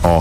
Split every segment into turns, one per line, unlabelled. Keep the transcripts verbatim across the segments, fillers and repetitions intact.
a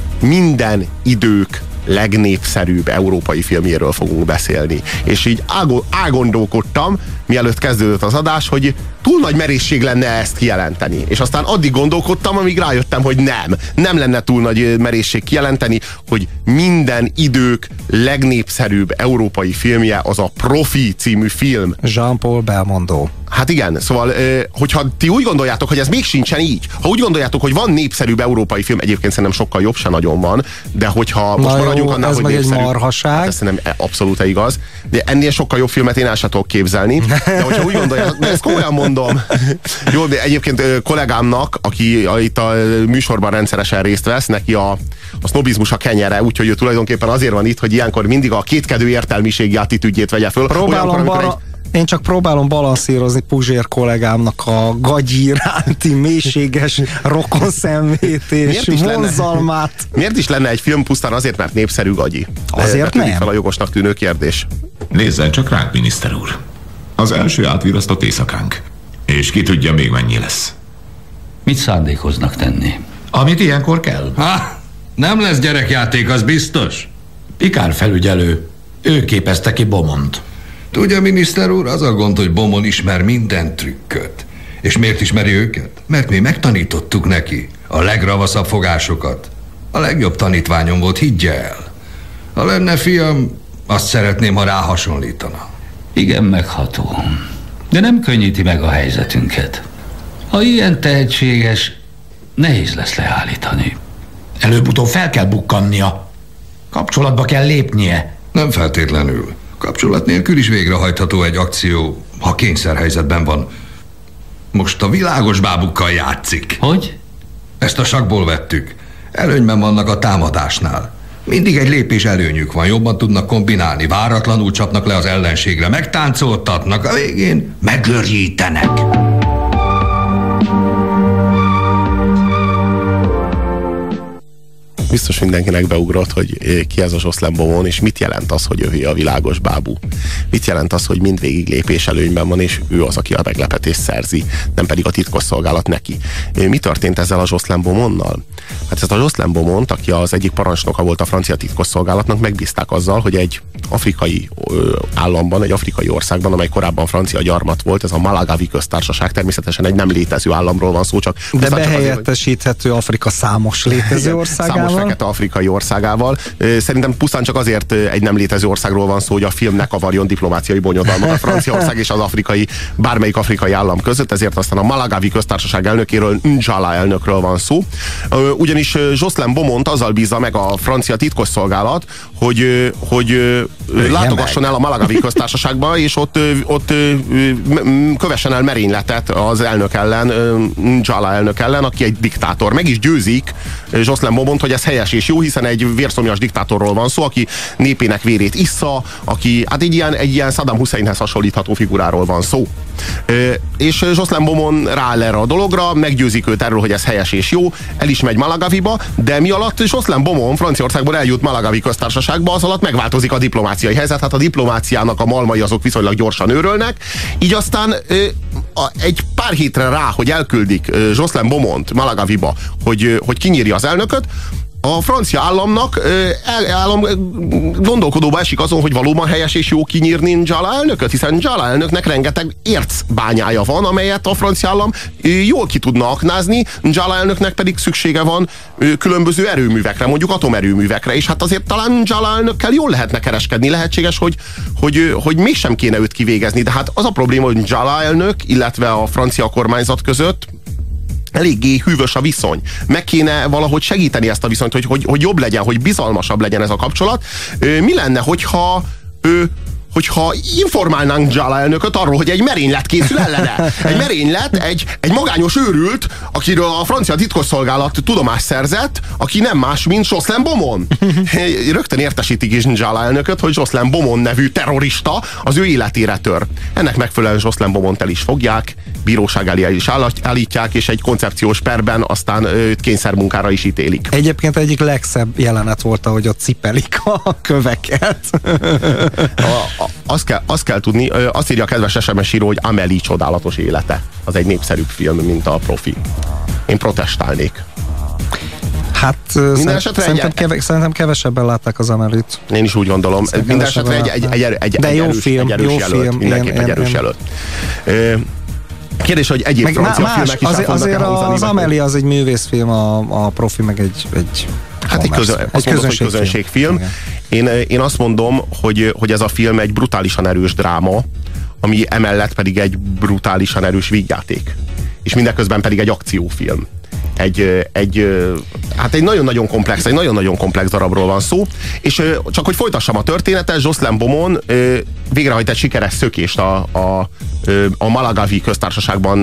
minden idők legnépszerűbb európai filmjéről fogunk beszélni. És így ágondolkodtam, mielőtt kezdődött az adás, hogy túl nagy merészség lenne ezt kijelenteni. És aztán addig gondolkodtam, amíg rájöttem, hogy nem. Nem lenne túl nagy merészség kijelenteni, hogy minden idők legnépszerűbb európai filmje az a Profi című film.
Jean-Paul Belmondo.
Hát igen, szóval, hogyha ti úgy gondoljátok, hogy ez még sincsen így, ha úgy gondoljátok, hogy van népszerűbb európai film, egyébként szerintem sokkal jobb se nagyon van, de hogyha most
Na
maradjunk
jó,
annál,
ez
hogy
meg
népszerűbb,
egy marhaság.
Hát ez szerintem abszolút igaz, de ennél sokkal jobb filmet én el sem tudok képzelni, de hogyha úgy gondoljátok, de ezt komolyan mondom. Jó, de egyébként kollégámnak, aki itt a műsorban rendszeresen részt vesz, neki a, a sznobizmus a kenyere, úgyhogy ő tulajdonképpen azért van itt, hogy ilyenkor mindig a kétkedő értelmiségi attitűdjét vegye föl.
Próbálom
Olyankor,
egy... Én csak próbálom balanszírozni Puzsér kollégámnak a gagyi iránti mélységes rokonszenvét és vonzalmát.
Lenne, miért is lenne egy film pusztán azért, mert népszerű gagyi?
Azért nem.
Fel a jogosnak tűnő kérdés.
Nézzen csak ránk, miniszter úr. Az első átvirasztott éjszakánk. És ki tudja még mennyi lesz.
Mit szándékoznak tenni?
Amit ilyenkor kell.
Ha, nem lesz gyerekjáték, az biztos. Pikár felügyelő. Ő képezte ki Bomont. Tudja, miniszter úr, az a gond, hogy Bomon ismer minden trükköt. És miért ismeri őket? Mert mi megtanítottuk neki a legravaszabb fogásokat. A legjobb tanítványom volt, higgye el. Ha lenne fiam, azt szeretném, ha ráhasonlítana.
Igen, megható. De nem könnyíti meg a helyzetünket. Ha ilyen tehetséges, nehéz lesz leállítani.
Előbb-utóbb fel kell bukkannia. Kapcsolatba kell lépnie. Nem feltétlenül. Kapcsolat nélkül is végrehajtható egy akció, ha kényszerhelyzetben van. Most a világos bábukkal játszik.
Hogy?
Ezt a sakkból vettük. Előnyben vannak a támadásnál. Mindig egy lépés előnyük van, jobban tudnak kombinálni, váratlanul csapnak le az ellenségre, megtáncoltatnak, a végén megőrjítenek.
Biztos mindenkinek beugrott, hogy ki ez a Jocelyn Beaumont, és mit jelent az, hogy ő a világos bábú. Mit jelent az, hogy mindvégig lépés előnyben van, és ő az, aki a meglepetést szerzi, nem pedig a titkosszolgálat neki. Mi történt ezzel a Jocelyn Beaumontnal? Hát ez a Jocelyn Beaumont, aki az egyik parancsnoka volt a francia titkosszolgálatnak, megbízták azzal, hogy egy afrikai ö, államban, egy afrikai országban, amely korábban francia gyarmat volt, ez a Malagavi köztársaság, természetesen egy nem létező államról van szó, csak...
De behelyettesíthető Afrika számos létező országával.
Számos fekete afrikai országával. Szerintem pusztán csak azért egy nem létező országról van szó, hogy a film ne kavarjon diplomáciai bonyodalmat a Franciaország és az afrikai, bármelyik afrikai állam között, ezért aztán a Malagavi köztársaság elnökéről, N'Djala elnökről van szó. Ugyanis Jocelyn Beaumont azzal bízza meg a francia titkosszolgálat, hogy, hogy látogasson el a Malagavi köztársaságba, és ott, ott kövessen el merényletet az elnök ellen, N'Djala elnök ellen, aki egy diktátor. Meg is győzik Jocelyn Beaumont, hogy ez helyes és jó, hiszen egy vérszomjas diktátorról van szó, aki népének vérét issza, aki, hát egy ilyen, egy ilyen Saddam Husseinhez hasonlítható figuráról van szó. És Jocelyn Beaumont rááll erre a dologra, meggyőzik őt erről, hogy ez helyes és jó, el is megy Malagaviba, de mi alatt Jocelyn Beaumont Franciaországból eljut Malagavi köztársaságba, az alatt megváltozik a diplomáciai helyzet, hát a diplomáciának a malmai azok viszonylag gyorsan őrölnek, így aztán egy pár hétre rá, hogy elküldik Jocelyn Beaumont Malagaviba, hogy, hogy kinyírja az elnököt, a francia államnak állam gondolkodóba esik azon, hogy valóban helyes és jó kinyírni N'Djala elnököt, hiszen N'Djala elnöknek rengeteg ércbányája van, amelyet a francia állam jól ki tudna aknázni, N'Djala elnöknek pedig szüksége van különböző erőművekre, mondjuk atomerőművekre, és hát azért talán N'Djala elnökkel jól lehetne kereskedni, lehetséges, hogy, hogy, hogy mégsem kéne őt kivégezni, de hát az a probléma, hogy N'Djala elnök, illetve a francia kormányzat között eléggé hűvös a viszony. Meg kéne valahogy segíteni ezt a viszonyt, hogy, hogy, hogy jobb legyen, hogy bizalmasabb legyen ez a kapcsolat. Mi lenne, hogyha ő hogyha informálnánk N'Djala elnököt arról, hogy egy merénylet készül ellene. Egy merénylet, egy, egy magányos őrült, akiről a francia titkosszolgálat tudomást szerzett, aki nem más, mint Jocelyn Beaumont. Rögtön értesítik is N'Djala elnököt, hogy Jocelyn Beaumont nevű terrorista az ő életére tör. Ennek megfelelően Jocelyn Beaumont el is fogják, bíróság elé is állítják, és egy koncepciós perben aztán őt kényszermunkára is ítélik.
Egyébként egyik legszebb jelenet volt, ahogy ott cipelik a köveket.
A, Azt kell, azt kell tudni, azt írja a kedves es em es író, hogy Amélie csodálatos élete. Az egy népszerűbb film, mint a Profi. Én protestálnék.
Hát szerint, szerintem, egy... keve, szerintem kevesebben látták az Amélie-t.
Én is úgy gondolom. Minden esetre egy, egy, egy, egy,
De
egy
jó
erős,
film,
egy erős
jó
jelölt.
film.
Mindenképp
én,
egy erős
én,
jelölt. Kérdés, hogy egyéb
meg
francia
más,
filmek is
azért, azért az Amélie az egy művészfilm, a, a Profi meg egy, egy
Hát egy, közö, egy közönségfilm. közönségfilm. Én, én azt mondom, hogy, hogy ez a film egy brutálisan erős dráma, ami emellett pedig egy brutálisan erős vígjáték. És mindeközben pedig egy akciófilm. Egy, egy, hát egy nagyon-nagyon komplex, egy nagyon-nagyon komplex darabról van szó, és csak hogy folytassam a történetet, Jocelyn Beaumont végrehajt egy sikeres szökést a, a, a Malagavi köztársaságban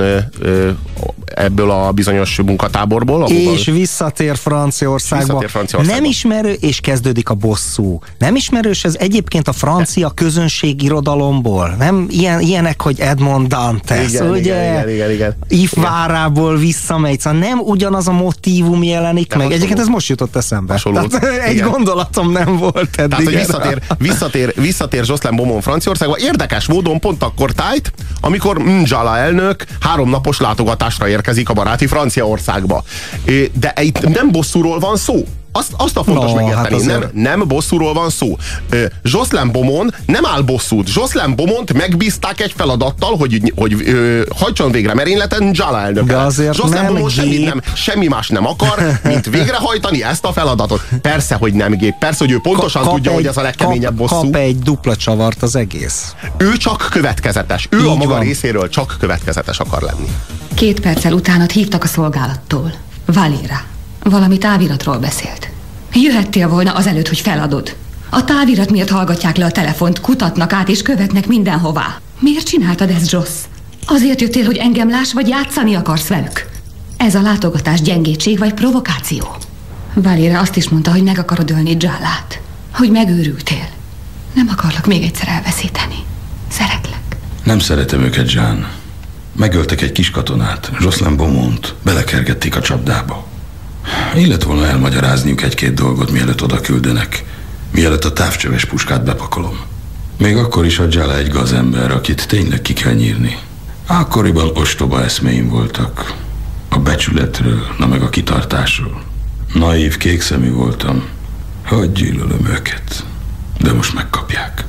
ebből a bizonyos munkatáborból.
És visszatér Franciaországba.
Visszatér Franciaországba.
Nem ismerő, és kezdődik a bosszú. Nem ismerős ez egyébként a francia közönség irodalomból. Nem ilyen, ilyenek, hogy Edmond Dantes,
igen,
ugye?
Igen, igen, igen, igen.
Ifvárából visszamegy. Szóval nem ugyanaz a motívum jelenik De meg. Hasonló. Egyébként ez most jutott eszembe. Tehát egy igen. gondolatom nem volt eddig.
Tehát, hogy visszatér, visszatér, visszatér Jocelyn Beaumont Franciaországba. Érdekes módon pont akkor tájt, amikor N'Djala elnök háromnapos látogatásra érkezik a baráti Franciaországba. De itt nem bosszúról van szó. Azt, azt a fontos no, megérteni, hát nem, nem bosszúról van szó. Jocelyn Beaumont nem áll bosszút. Jocelyn Beaumont megbízták egy feladattal, hogy, hogy ö, hajtson végre merényletet N'Djala elnökkel. Jocelyn Beaumont semmi, nem, semmi más nem akar, mint végrehajtani ezt a feladatot. Persze, hogy nem gép. Persze, hogy ő pontosan Ka, tudja, egy, hogy ez a legkeményebb
kap,
bosszú.
Kap egy dupla csavart az egész.
Ő csak következetes. Ő Így a maga van. részéről csak következetes akar lenni.
Két perccel utánat hívtak a szolgálattól. Valira. Valami táviratról beszélt. Jöhettél volna azelőtt, hogy feladod. A távirat miatt hallgatják le a telefont, kutatnak át és követnek mindenhová. Miért csináltad ezt, Joss? Azért jöttél, hogy engem láss, vagy játszani akarsz velük? Ez a látogatás gyengétség vagy provokáció? Valira azt is mondta, hogy meg akarod ölni N'Djalát. Hogy megőrültél. Nem akarlak még egyszer elveszíteni. Szeretlek.
Nem szeretem őket, Jean. Megöltek egy kis katonát, Jocelyn Beaumont. Belekergették a csapdába. Illet volna elmagyarázniuk egy-két dolgot, mielőtt oda küldenek, mielőtt a távcsöves puskát bepakolom. Még akkor is a N'Djala egy gazember, akit tényleg ki kell nyírni. Akkoriban ostoba eszméim voltak. A becsületről, na meg a kitartásról. Naív, kékszemű voltam. Hogy gyűlölöm őket. De most megkapják.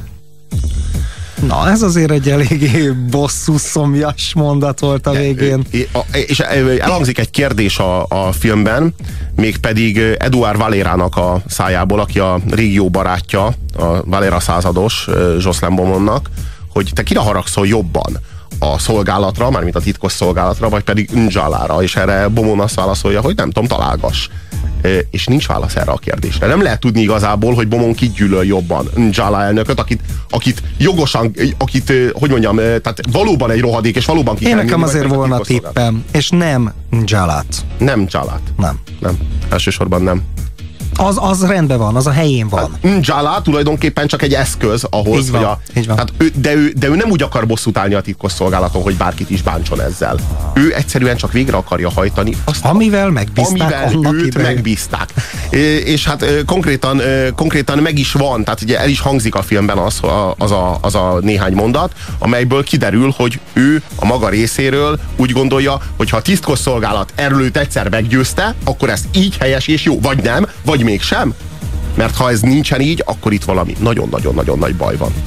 Na, ez azért egy eléggé bosszú szomjas mondat volt a végén.
És elhangzik egy kérdés a, a filmben, mégpedig Edouard Valérának a szájából, aki a régió barátja, a Valera százados Jocelyn Beaumontnak, hogy te kire haragszol jobban? A szolgálatra, mármint a titkos szolgálatra, vagy pedig N'Djalára, és erre Beaumont azt válaszolja, hogy nem tudom, találgass. És nincs válasz erre a kérdésre. Nem lehet tudni igazából, hogy Beaumont kit gyűlöl jobban. N'Djala elnököt, akit, akit jogosan, akit, hogy mondjam, tehát valóban egy rohadék, és valóban ki kell
Én nekem azért volna tippem, és nem N'Djalát.
Nem N'Djalát.
Nem.
Nem. Elsősorban nem.
Az, az rendben van, az a helyén van.
N'Djala tulajdonképpen csak egy eszköz ahhoz,
így van,
hogy a,
így van.
Tehát ő, de, ő, de ő nem úgy akar bosszút állni a titkos szolgálaton, hogy bárkit is bántson ezzel. Ő egyszerűen csak végre akarja hajtani azt,
amivel megbízták,
amivel őt idején. megbízták. És hát konkrétan, konkrétan meg is van, tehát ugye el is hangzik a filmben az, az, a, az a néhány mondat, amelyből kiderül, hogy ő a maga részéről úgy gondolja, hogy ha a titkos szolgálat erről őt egyszer meggyőzte, akkor ez így helyes és jó, vagy nem, vagy mégsem. Mert ha ez nincsen így, akkor itt valami nagyon-nagyon-nagyon nagy baj van.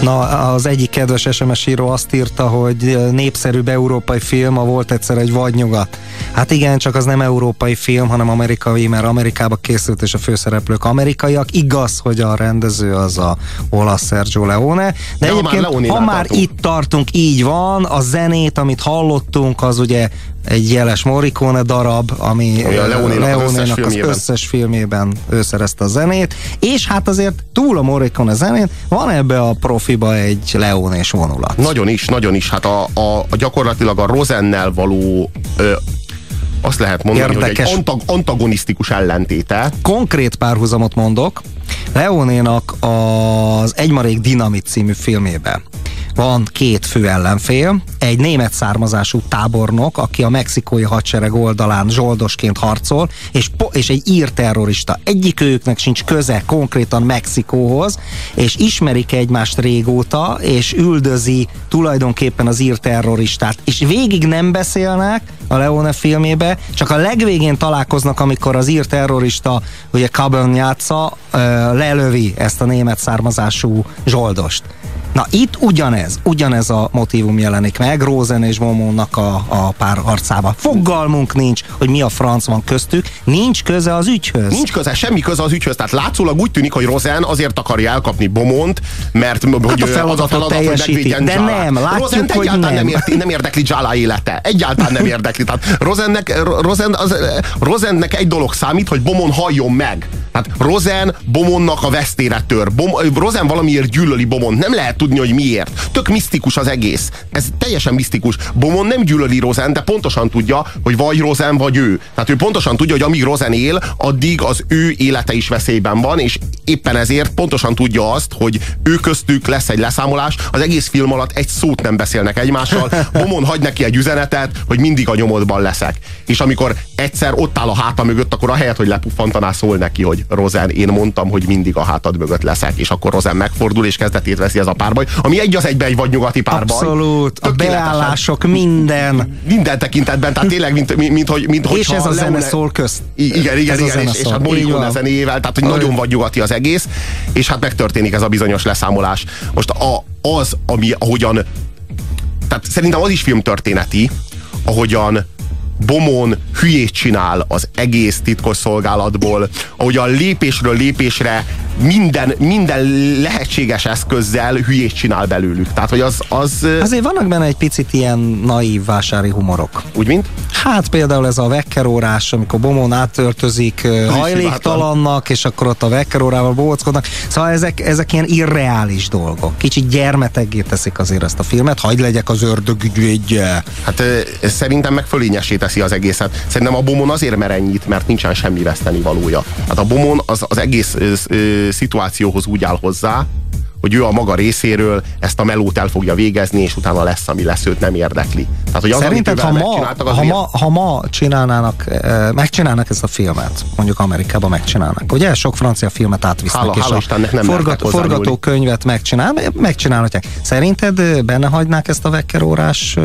Na, az egyik kedves es em es író azt írta, hogy népszerűbb európai film, a Volt egyszer egy vadnyugat. Hát igen, csak az nem európai film, hanem amerikai, mert Amerikába készült, és a főszereplők amerikaiak. Igaz, hogy a rendező az a olasz Sergio Leone. De, de egyébként, ha már, ha már tartunk. itt tartunk, így van, a zenét, amit hallottunk, az ugye egy jeles Morricone darab, ami Leónénak az, összes az összes filmében ő szerezte a zenét, és hát azért túl a Morricone zenét van ebbe a profiba egy Leónés vonulat.
Nagyon is, nagyon is. Hát a, a, a gyakorlatilag a Rosennel való ö, azt lehet mondani, Érdekes. hogy egy antag, antagonisztikus ellentéte.
Konkrét párhuzamot mondok. Leónénak az Egymarék Dinamit című filmében van két fő ellenfél, egy német származású tábornok, aki a mexikói hadsereg oldalán zsoldosként harcol, és, és egy ír terrorista. Egyikőjüknek sincs köze konkrétan Mexikóhoz, és ismerik egymást régóta, és üldözi tulajdonképpen az ír terroristát. És végig nem beszélnek a Leone filmébe, csak a legvégén találkoznak, amikor az ír terrorista, ugye Coburn játsza, lelövi ezt a német származású zsoldost. Na itt ugyanez, ugyanez a motívum jelenik meg Rosen és Beaumontnak a, a pár arcában. Fogalmunk nincs, hogy mi a franc van köztük, nincs köze az ügyhöz.
Nincs köze, semmi köze az ügyhöz, tehát látszólag úgy tűnik, hogy Rosen azért akarja elkapni Beaumont, mert hát
hogy a feladatot teljesíti, de nem, látjuk,
Rosent
hogy
egyáltalán
nem.
Nem, érti, nem érdekli Jala élete, egyáltalán nem érdekli. Tehát Rosennek, Rosen, az, Rosennek egy dolog számít, hogy Beaumont halljon meg. Tehát Rosen Beaumontnak a vesztére tör. Bom, Rosen valamiért gyűlöli Beaumont, nem lehet tudni, hogy miért. Tök misztikus az egész. Ez teljesen misztikus. Beaumont nem gyűlöli Rosen, de pontosan tudja, hogy vagy Rosen, vagy ő. Tehát ő pontosan tudja, hogy amíg Rosen él, addig az ő élete is veszélyben van, és éppen ezért pontosan tudja azt, hogy ő köztük lesz egy leszámolás. Az egész film alatt egy szót nem beszélnek egymással. Beaumont hagy neki egy üzenetet, hogy mindig a nyomodban leszek. És amikor egyszer ott áll a háta mögött, akkor ahelyett, hogy lepuffantaná, szól neki, hogy Rosen, én mondtam, hogy mindig a hátad mögött leszek, és akkor Rosen megfordul, és kezdetét veszi ez a párbaj, ami egy az egyben egy vadnyugati párbaj.
Abszolút, a beállások, minden.
Minden tekintetben, tehát tényleg, mint, mint, mint, hogy, mint
és ez a zene szól közt.
Igen, igen, igen, és, és hát Morricone zenéjével, tehát hogy nagyon vadnyugati az egész, és hát megtörténik ez a bizonyos leszámolás. Most a, az, ami ahogyan, tehát szerintem az is filmtörténeti, ahogyan Beaumont hülyét csinál az egész titkosszolgálatból, ahogy a lépésről lépésre minden, minden lehetséges eszközzel hülyét csinál belőlük. Tehát, hogy az, az...
Azért vannak benne egy picit ilyen naív vásári humorok.
Úgy, mint?
Hát például ez a vekkerórás, amikor Beaumont átöltözik hajléktalannak, és akkor ott a vekkerórával bóckodnak. Szóval ezek, ezek ilyen irreális dolgok. Kicsit gyermeteggé teszik azért ezt a filmet. Hagy legyek az ördög ügyvédje.
Hát szerintem meg fölényessé teszi az egészet. Szerintem a Beaumont azért mer ennyit, mert nincsen semmi veszteni valója. Hát a Beaumont az, az egész ö, ö, szituációhoz úgy áll hozzá, hogy ő a maga részéről ezt a melót el fogja végezni, és utána lesz, ami lesz, őt nem érdekli. Tehát, hogy az,
szerinted, ha ma, ha, ma, ha ma csinálnának, eh, megcsinálnak ezt a filmet, mondjuk Amerikában megcsinálnak, ugye? Sok francia filmet átvisznek, hála, és hála a Istennek nem forgat, forgatókönyvet megcsinál, megcsinálhatják. Szerinted benne hagynák ezt a vekkerórás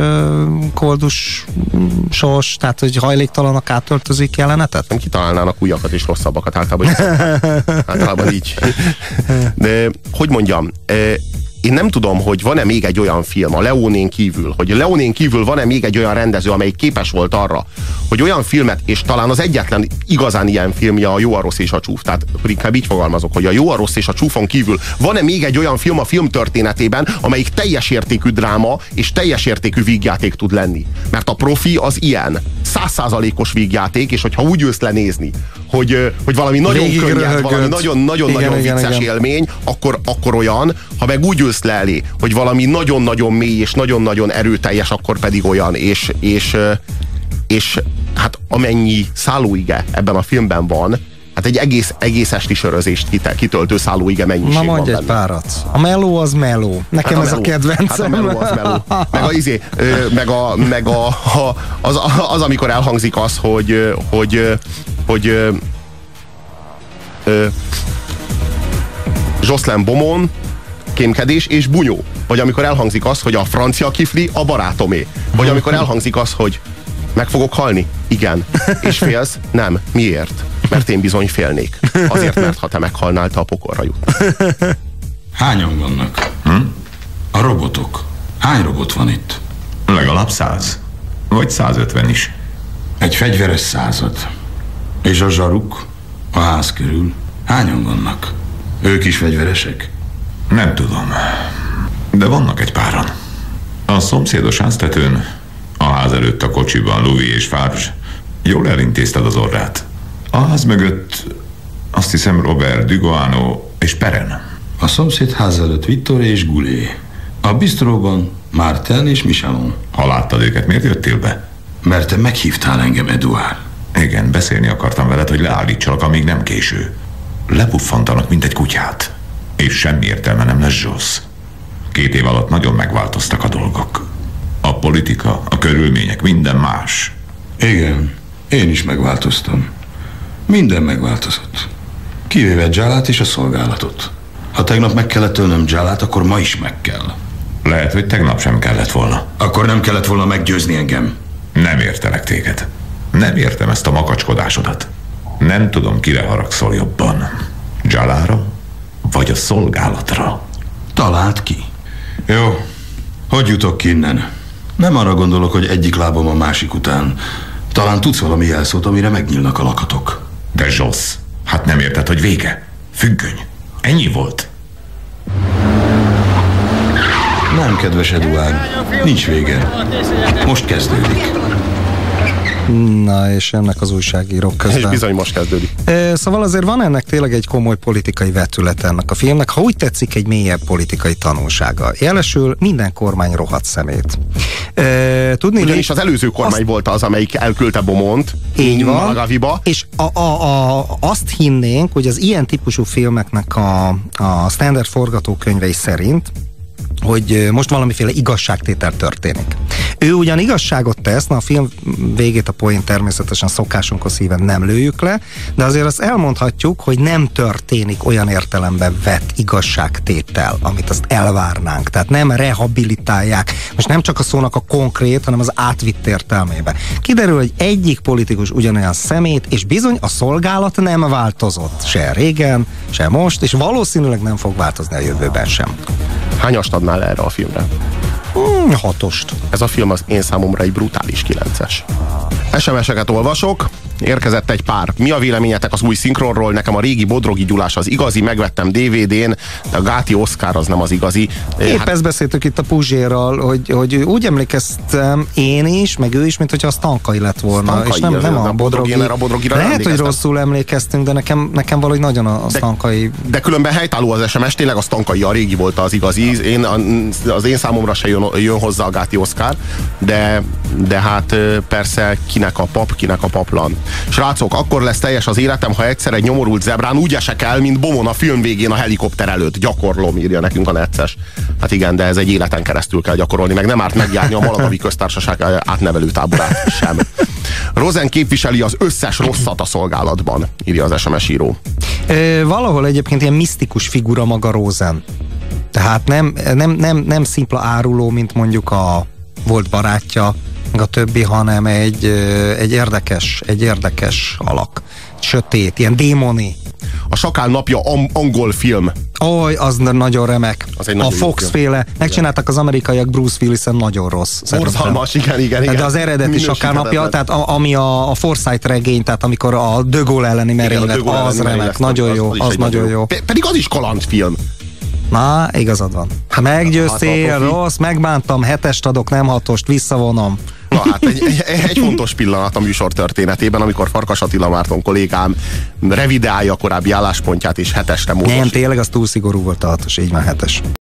koldus sos, tehát, hogy hajléktalanak átöltözik jelenetet?
Nem kitalálnának újakat és rosszabbakat általában. Általában így. De hogy mondjam, én nem tudom, hogy van-e még egy olyan film a Leónén kívül, hogy Leónén kívül van-e még egy olyan rendező, amelyik képes volt arra, hogy olyan filmet, és talán az egyetlen igazán ilyen filmje a Jó, a rossz és a csúf. Tehát inkább így fogalmazok, hogy a Jó, a rossz és a csúfon kívül van-e még egy olyan film a film történetében, amelyik teljes értékű dráma és teljes értékű vígjáték tud lenni. Mert a Profi az ilyen. Százszázalékos vígjáték, és hogyha úgy jössz lenézni, hogy, hogy valami nagyon végig könnyed, röhögött. valami nagyon-nagyon-nagyon vicces igen, élmény, akkor, akkor olyan, ha meg úgy jössz le elé, hogy valami nagyon-nagyon mély és nagyon-nagyon erőteljes, akkor pedig olyan, és, és, és hát amennyi szállóige ebben a filmben van, hát egy egész, egész esti sörözést kitöltő szállóige mennyiség van benne. Na mondj
egy párat. A meló az meló. Nekem hát ez meló, a kedvencem.
Hát a meló az meló. Meg, a, izé, meg, a, meg a, a, az, az, amikor elhangzik az, hogy hogy, hogy ö, ö, Jocelyn Beaumont, kémkedés és bunyó. Vagy amikor elhangzik az, hogy a francia kifli a barátomé. Vagy amikor elhangzik az, hogy meg fogok halni? Igen. És félsz? Nem. Miért? Mert én bizony félnék. Azért, mert ha te meghalnál, te a pokolra jut.
Hányan vannak? Hm?
robotok. Hány robot van itt?
Legalább száz. Vagy százötven is.
Egy fegyveres század. És a zsaruk a ház körül. Hányan vannak? Ők is fegyveresek?
Nem tudom. De vannak egy páran. A szomszédos háztetőn, a ház előtt a kocsiban Louis és Farge. Jól elintézted az orrát. A ház mögött azt hiszem Robert Dugoano és Perren.
A szomszéd ház előtt Victor és Goulet. A bistróban Martin és Michelon.
Ha láttad őket, miért jöttél be?
Mert te meghívtál engem, Eduard.
Igen, beszélni akartam veled, hogy leállítsalak, amíg nem késő. Lepuffantanak, mint egy kutyát. És semmi értelme nem lesz, Joss. Két év alatt nagyon megváltoztak a dolgok. A politika, a körülmények, minden más.
Igen, én is megváltoztam. Minden megváltozott. Kivéve Jalát és a szolgálatot. Ha tegnap meg kellett ölnöm Jalát, akkor ma is meg kell.
Lehet, hogy tegnap sem kellett volna.
Akkor nem kellett volna meggyőzni engem.
Nem értelek téged. Nem értem ezt a makacskodásodat. Nem tudom, kire haragszol jobban. Jalára, vagy a szolgálatra?
Találd ki. Jó, hogy jutok ki innen? Nem arra gondolok, hogy egyik lábom a másik után. Talán tudsz valami jelszót, amire megnyílnak a lakatok.
De Joss, hát nem érted, hogy vége? Függöny. Ennyi volt.
Nem, kedves Eduard, nincs vége. Most kezdődik.
Na, és ennek az újságírók közben.
És bizony most kezdődik.
E, szóval azért van ennek tényleg egy komoly politikai vetület ennek a filmnek, ha úgy tetszik, egy mélyebb politikai tanulsága. Jelesül minden kormány rohadt szemét. E, tudni,
Ugyanis az előző kormány azt... volt az, amelyik elküldte Bomont.
Így van.
Malagaviba.
És a, a, a, azt hinnénk, hogy az ilyen típusú filmeknek a, a standard forgatókönyvei szerint, hogy most valamiféle igazságtétel történik. Ő ugyan igazságot tesz, na a film végét a poén természetesen szokásunkhoz híven nem lőjük le, de azért azt elmondhatjuk, hogy nem történik olyan értelemben vett igazságtétel, amit azt elvárnánk. Tehát nem rehabilitálják. Most nem csak a szónak a konkrét, hanem az átvitt értelmébe. Kiderül, hogy egyik politikus ugyanolyan szemét, és bizony a szolgálat nem változott. Se régen, se most, és valószínűleg nem fog változni a jövőben sem.
Hányast adnál erre a filmre?
Hmm, hatost.
Ez a film az én számomra egy brutális kilences. es em es-eket olvasok, érkezett egy pár. Mi a véleményetek az új szinkronról? Nekem a régi Bodrogi Gyulás az igazi, megvettem dé vé dén, de a Gáti Oszkár az nem az igazi.
Épp hát... ezt beszéltük itt a Puzsérral, hogy, hogy úgy emlékeztem én is, meg ő is, mint hogyha a Stankai lett volna.
Stankai,
és nem, nem a, a Bodrogi.
A Bodrogira
lehet, hogy rosszul emlékeztünk, de nekem, nekem valahogy nagyon a, a de, Stankai.
De különben helytálló az es em es, tényleg a Stankai a régi volt az igazi. Én, az én számomra se jön, jön hozzá a Gáti Oszkár, de, de hát persze kinek a pap, kinek a paplan. Srácok, akkor lesz teljes az életem, ha egyszer egy nyomorult zebrán úgy esek el, mint Bomon a film végén a helikopter előtt. Gyakorlom, írja nekünk a necces. Hát igen, de ez egy életen keresztül kell gyakorolni, meg nem árt megjárni a Malagavi Köztársaság átnevelő táborát sem. Rosen képviseli az összes rosszat a szolgálatban, írja az es em es író.
E, valahol egyébként ilyen misztikus figura maga Rosen. Tehát nem, nem, nem, nem szimpla áruló, mint mondjuk a volt barátja, a többi, hanem egy, egy érdekes, egy érdekes alak. Sötét, ilyen démoni.
A Sakál napja angol film.
Oly, az nagyon remek. Az a Fox-féle. Megcsináltak az amerikaiak Bruce Willisen, nagyon rossz.
Borzalmas, igen, igen, igen.
De az eredeti Sakál napja, tehát a, ami a, a Forsyth regény, tehát amikor a De Gaulle elleni merénylet, az remek, merénylet, nagyon jó, az, az, az nagyon jó.
Pedig az is kalandfilm.
Na, igazad van. Meggyőztél, rossz, megbántam, hetest adok, nem hatost, visszavonom.
Na hát egy, egy, egy fontos pillanat a műsor történetében, amikor Farkas Attila Márton kollégám revideálja a korábbi álláspontját és hetesre módosít.
Nem, tényleg az túl szigorú volt a hatos, így már hetes.